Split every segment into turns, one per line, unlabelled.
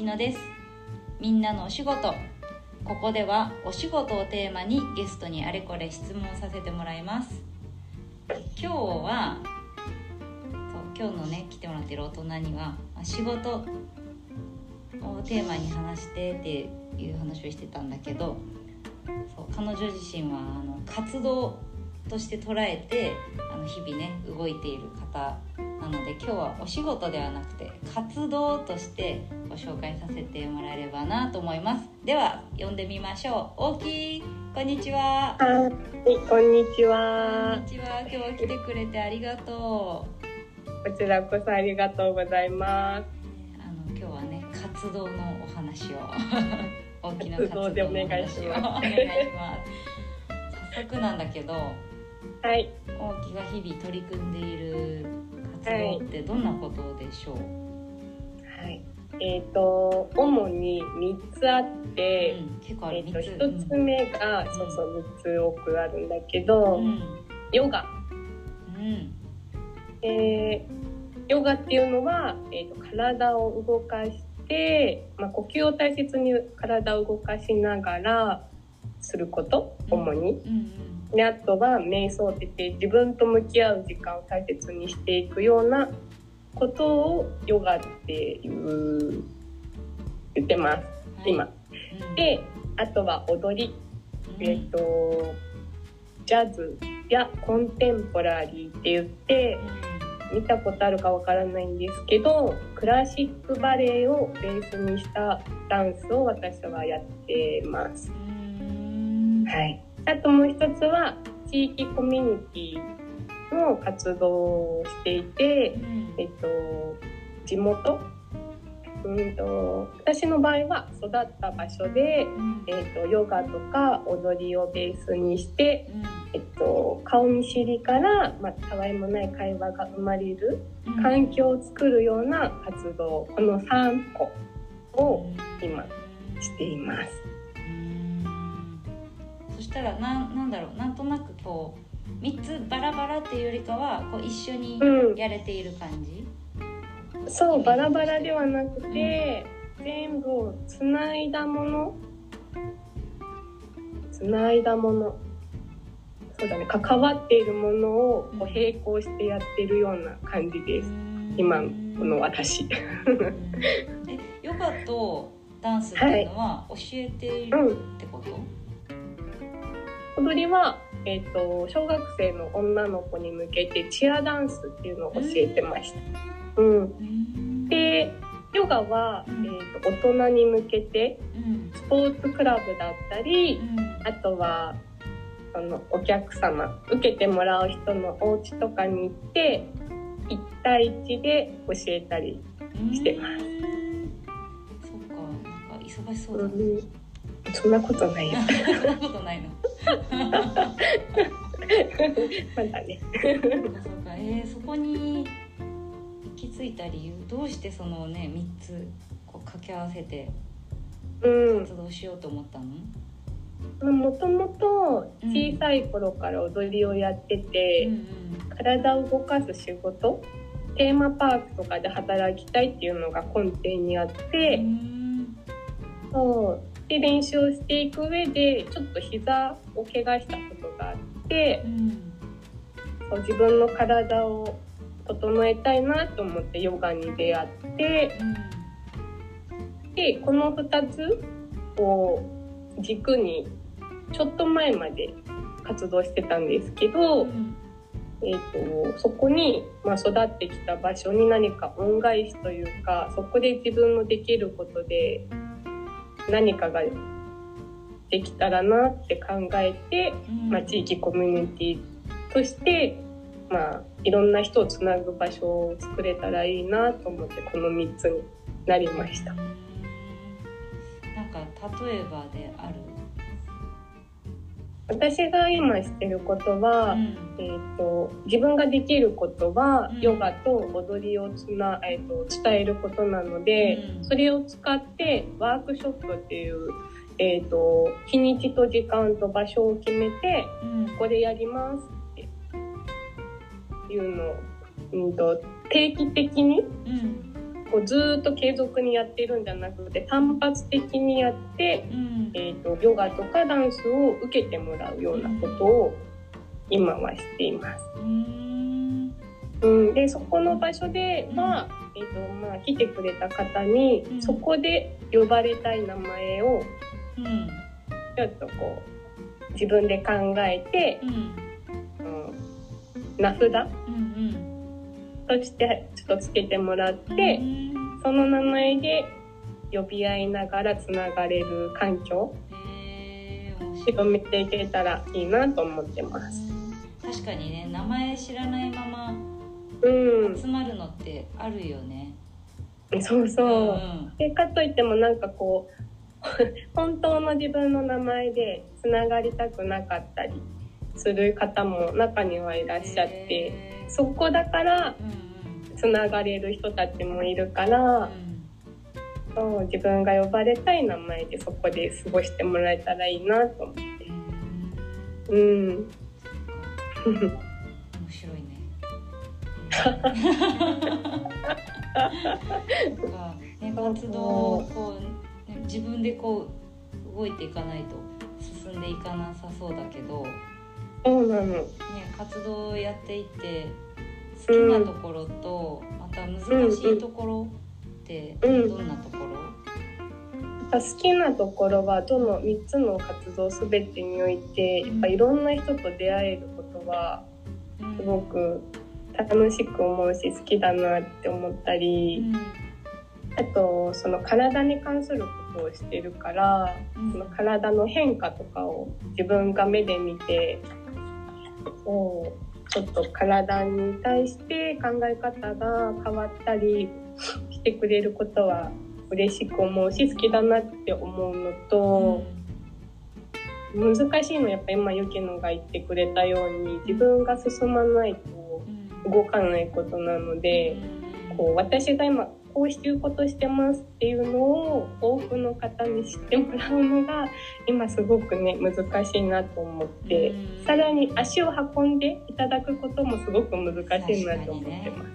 野です。みんなのお仕事。ここではお仕事をテーマにゲストにあれこれ質問させてもらいます。今日のね来てもらってる大人には仕事をテーマに話してっていう話をしてたんだけど、彼女自身は活動として捉えて日々ね動いている方なので、今日はお仕事ではなくて活動としてご紹介させてもらえればなと思います。では呼んでみましょう。大きいこんにちは。
はい、こんにちは。
こんにちは。今日は来てくれてありがと
う。こちらこそありがとうございます。
今日はね活動のお話を大きな活動のお話を
でお願いします。
早速なんだけど、
はい、
大きが日々取り組んでいる活動ってどんなことでしょう？
はい、主に3つあって、
結構ある3つ。
1つ目が、3つ多くあるんだけど、ヨガ。ヨガっていうのは、体を動かして、呼吸を大切に体を動かしながらすること、主に。であとは瞑想って言って自分と向き合う時間を大切にしていくようなことをヨガって言ってます、今。であとは踊り、ジャズやコンテンポラリーって言って見たことあるかわからないんですけど、クラシックバレエをベースにしたダンスを私はやってます。はい。あともう一つは地域コミュニティの活動をしていて、地元、私の場合は育った場所で、ヨガとか踊りをベースにして、顔見知りから、たわいもない会話が生まれる環境を作るような活動、この3個を今しています。
そしたらなんとなくこう3つバラバラっていうよりかはこう一緒にやれている感じ？
そう、バラバラではなくて、全部をつないだもの、そうだね、関わっているものをこう並行してやってるような感じです。今の私。
ヨガとダンスっていうのは教えているってこと？
踊りは、小学生の女の子に向けてチアダンスっていうのを教えてました。で、ヨガは、大人に向けてスポーツクラブだったり、あとはお客様、受けてもらう人のお家とかに行って1対1で教えたりしてます。
そっか、なんか忙しそうだね。
そんなことないよ。
そんなことないの。
まだね。
そうか、そこに行き着いた理由、どうしてそのね3つこう掛け合わせて活動しようと思ったの？
もともと小さい頃から踊りをやってて、体を動かす仕事、テーマパークとかで働きたいっていうのが根底にあって、で練習をしていく上でちょっと膝を怪我したことがあって、自分の体を整えたいなと思ってヨガに出会って、でこの2つを軸にちょっと前まで活動してたんですけど、そこに、育ってきた場所に何か恩返しというか、そこで自分のできることで何かができたらなって考えて、地域コミュニティとして、いろんな人をつなぐ場所を作れたらいいなと思ってこの3つになりました。
なんか例えばである？
私が今してることは、自分ができることは、ヨガと踊りを伝えることなので、それを使ってワークショップっていう、日にちと時間と場所を決めて、これやりますっていうのを、定期的にこうずーっと継続にやってるんじゃなくて単発的にやって、ヨガとかダンスを受けてもらうようなことを今はしています。でそこの場所では、来てくれた方に、そこで呼ばれたい名前をちょっとこう自分で考えて、名札、としてちょっとつけてもらって、その名前で呼び合いながらつながれる環境を広めていけたらいいなと思ってます。
確かにね、名前知らないまま集まるのってあるよね。
そうそう、でかといってもなんかこう本当の自分の名前でつながりたくなかったりする方も中にはいらっしゃって、そこだからつながれる人たちもいるから、そう自分が呼ばれたい名前でそこで過ごしてもらえたらいいなと思って。面
白いね。活動をこう、ね、自分でこう動いていかないと進んでいかなさそうだけど、
そうなの、ね、
活動をやっていて好きなところと、また難しいところってどんなところ？
好きなところはどの3つの活動すべてにおいてやっぱいろんな人と出会えることはすごく楽しく思うし好きだなって思ったり、あとその体に関することをしてるから、その体の変化とかを自分が目で見て、ちょっと体に対して考え方が変わったりしてくれることは嬉しく思うし好きだなって思うのと、難しいのはやっぱ今ゆきのが言ってくれたように自分が進まないと動かないことなので、こう私が今こういうことしてますっていうのを多くの方に知ってもらうのが今すごくね難しいなと思って、さらに足を運んでいただくこともすごく難しいなと思ってます。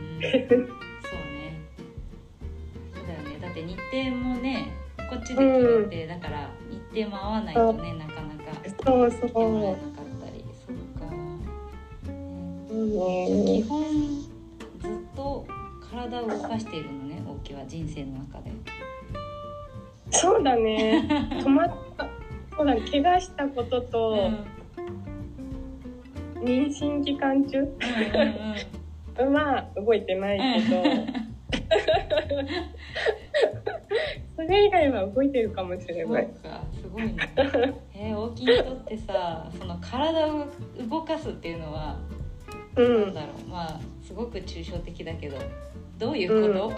だって日程もねこっちで決めて、だから日程も合わないとねなかなか来てもらえなかったり。そうか、基本ずっと体を動かしているのね、大木は人生の中で。
そうだね止まったそうだね、怪我したことと、妊娠期間中は動いてないけどそれ以外は動いてるかもしれない。
そうか、すごいね。大木にとってさ、その体を動かすっていうのは、なんだろう、まあすごく抽象的だけど、どういうこと？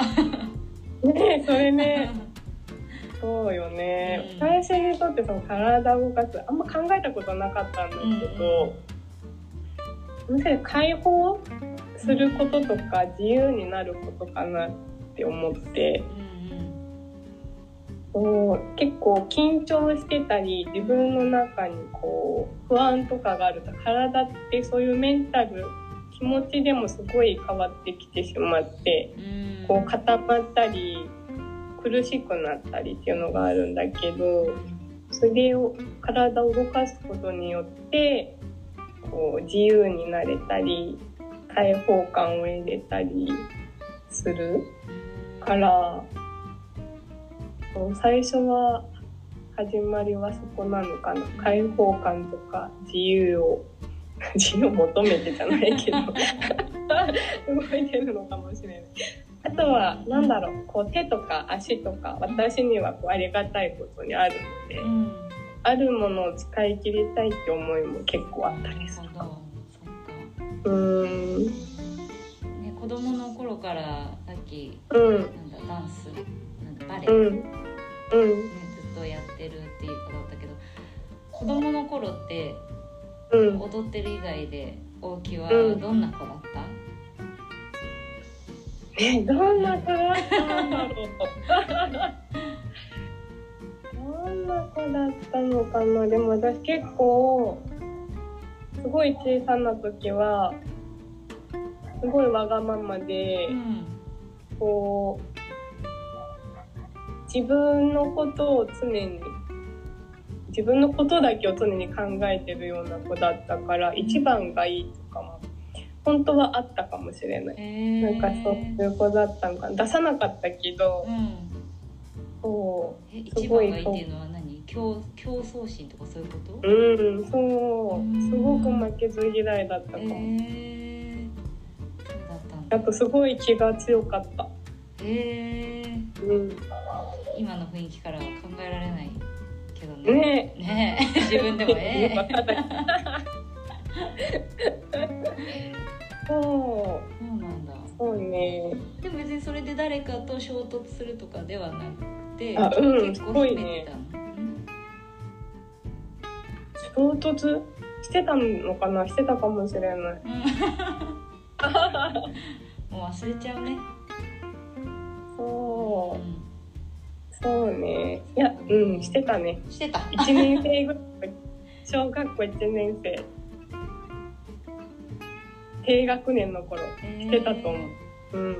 ね、それね、そうよね。私にとってその体を動かす、あんま考えたことなかったんだけど、解放することとか自由になることかなって思って。結構緊張してたり自分の中にこう不安とかがあると体ってそういうメンタル気持ちでもすごい変わってきてしまって、こう固まったり苦しくなったりっていうのがあるんだけど、それを体を動かすことによってこう自由になれたり解放感を得れたりするから、最初は始まりはそこなのかな。開放感とか自由を求めてじゃないけど動いてるのかもしれない。あとはなんだろう、こう手とか足とか私にはこうありがたいことにあるので、あるものを使い切りたいって思いも結構あったりする。
ね、子供の頃からさっき、なんだダンスなんだバレエ、ね、ずっとやってるっていうことだったけど、子供の頃って、踊ってる以外で大木はどんな子だった？
どんな子だったんだろうどんな子だったのかな。でも私結構すごい小さな時はすごいわがままで、 こう自分のことだけを常に考えてるような子だったから、一番がいいとかも本当はあったかもしれない。なんかそういう子だったのかな。出さなかったけど、そう
一番がいいっていうのは何？競争心とかそういうこと？
そうすごく負けず嫌いだったかも。そうだったんだ。あとすごい気が強かった。
今の雰囲気からは考えられないけどね。自分でもそうなんだ。
そうね。
でも別にそれで誰かと衝突するとかではなくて、
結構秘めてたの？衝突してたのかな？してたかもしれない。
もう忘れちゃうね。
そうね。いや、してたね。
してた。
1年生ぐらい、小学校1年生、低学年の頃、してたと思う。そう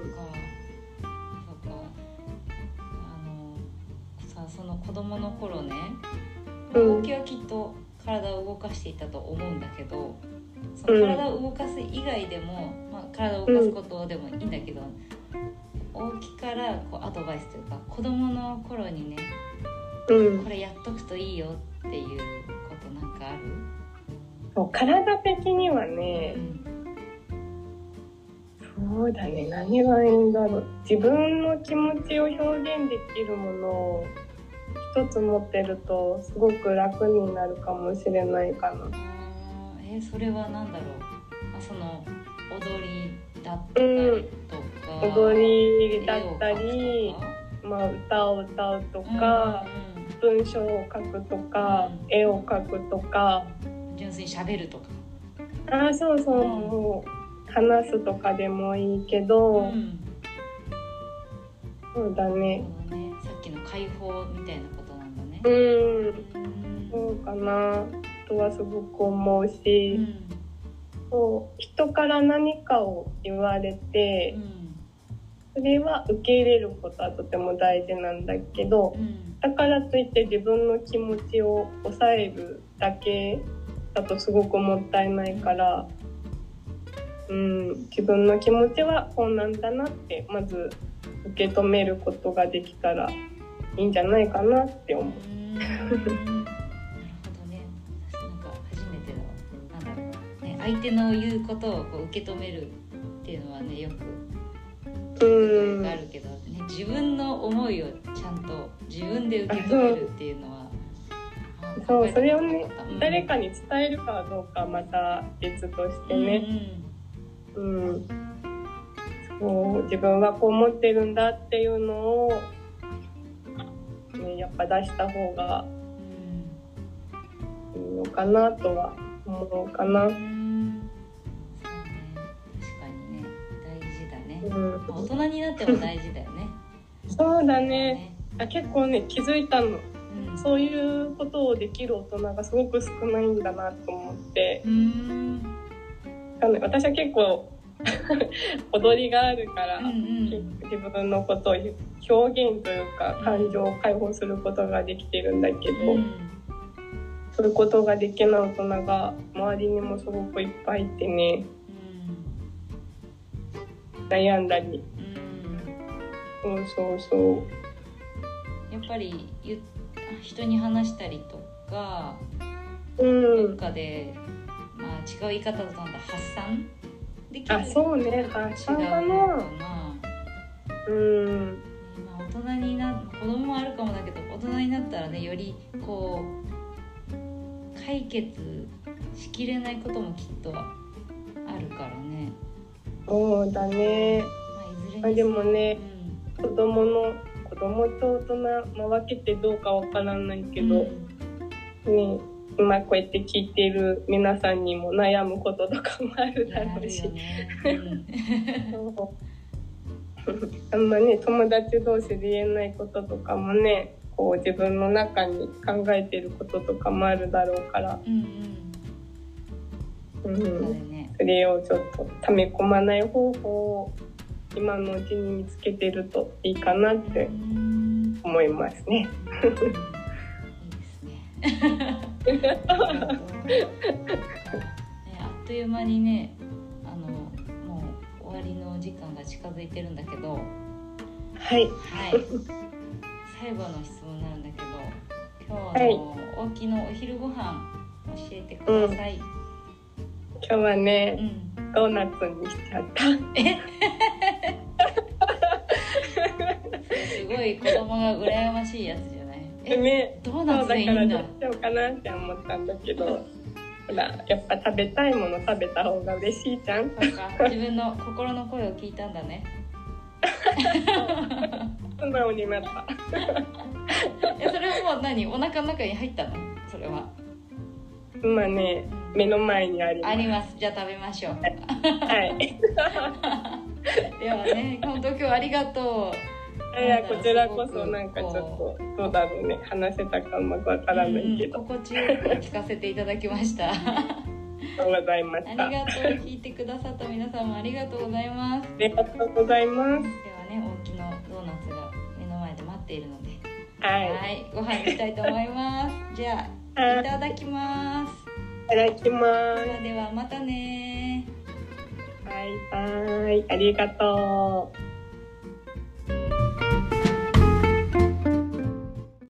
か。
その子供の頃ね、動きはきっと体を動かしていたと思うんだけど、その体を動かす以外でも、体を動かすことでもいいんだけど、大きからこうアドバイスというか、子供の頃にね、これやっとくといいよっていうことなんかある？
そう、体的にはね、そうだね、何がいいんだろう。自分の気持ちを表現できるものを一つ持ってるとすごく楽になるかもしれないかな。
それは何だろう。その踊りだったりとか、
踊りだったり、歌を歌うとか、文章を書くとか、絵を描くとか、
純粋に喋るとか。
そうそう、もう話すとかでもいいけど、そうだね。
さっきの解放みたいなことなんだね。
そうかなとはすごく思うし、人から何かを言われて、それは受け入れることはとても大事なんだけど、だからといって自分の気持ちを抑えるだけだとすごくもったいないから、自分の気持ちはこうなんだなってまず受け止めることができたらいいんじゃないかなって思う。
相手の言うことをこう受け止めるっていうのはね、よくあるけど、自分の思いをちゃんと自分で受け止めるっていうのは、
それをね、誰かに伝えるかどうかはまた別としてね、そう自分はこう思ってるんだっていうのを、やっぱ出した方がいいのかなとは思うかな。
大人になっても大事だよね。
そうだね。結構ね、気づいたの、そういうことをできる大人がすごく少ないんだなと思って、私は結構踊りがあるから、自分のことを表現というか感情を解放することができてるんだけど、そういうことができない大人が周りにもすごくいっぱいいてね、悩んだり、そう
やっぱり人に話したりとか、どっかで、違う言い方だと発散できる。
そうね、発散かな。
大人に子供もあるかもだけど、大人になったらね、よりこう解決しきれないこともきっとあるからね。
そうだね。でもね、子供と大人分けてどうかわからないけど、今こうやって聞いている皆さんにも悩むこととかもあるだろうし、あんまね、友達同士で言えないこととかもね、こう自分の中に考えていることとかもあるだろうから、それをちょっと溜め込まない方法を今のうちに見つけてるといいかなって思いますね。
いいですね。あっという間にね、もう終わりの時間が近づいてるんだけど、
はい、
最後の質問になるんだけど、今日の大きのお昼ご飯教えてください。
今日はね、ドーナツにしちゃった。
すごい子供が羨ましいやつじゃない？
ね、
ドーナツでいいんだ。
そうだからどうしようかなって思ったんだけど、ほらやっぱ食べたいもの食べた方が嬉しいじゃん。
そうか、自分の心の声を聞いたんだね。
素直になった。
それはもう何？お腹の中に入ったの？それは。
今ね、目の前にあります。
あります。じゃあ食べましょう。
はい。
ではね、本当今日ありがとう。
いや、こちらこそなんかちょっとどうだろうね、話せたかうまくわからないけど、
心地よく聞かせていただきました。
ありがとうございました。
ありがとう。聞いてくださった皆さんもありがとうございます。
ありがとうございます。では
ね、大きのドーナツが目の前で待っているので、
はい、
ご飯にしたいと思います。じゃあいただきます。
いただきます。
ではまたね。
バイバイ。ありがとう。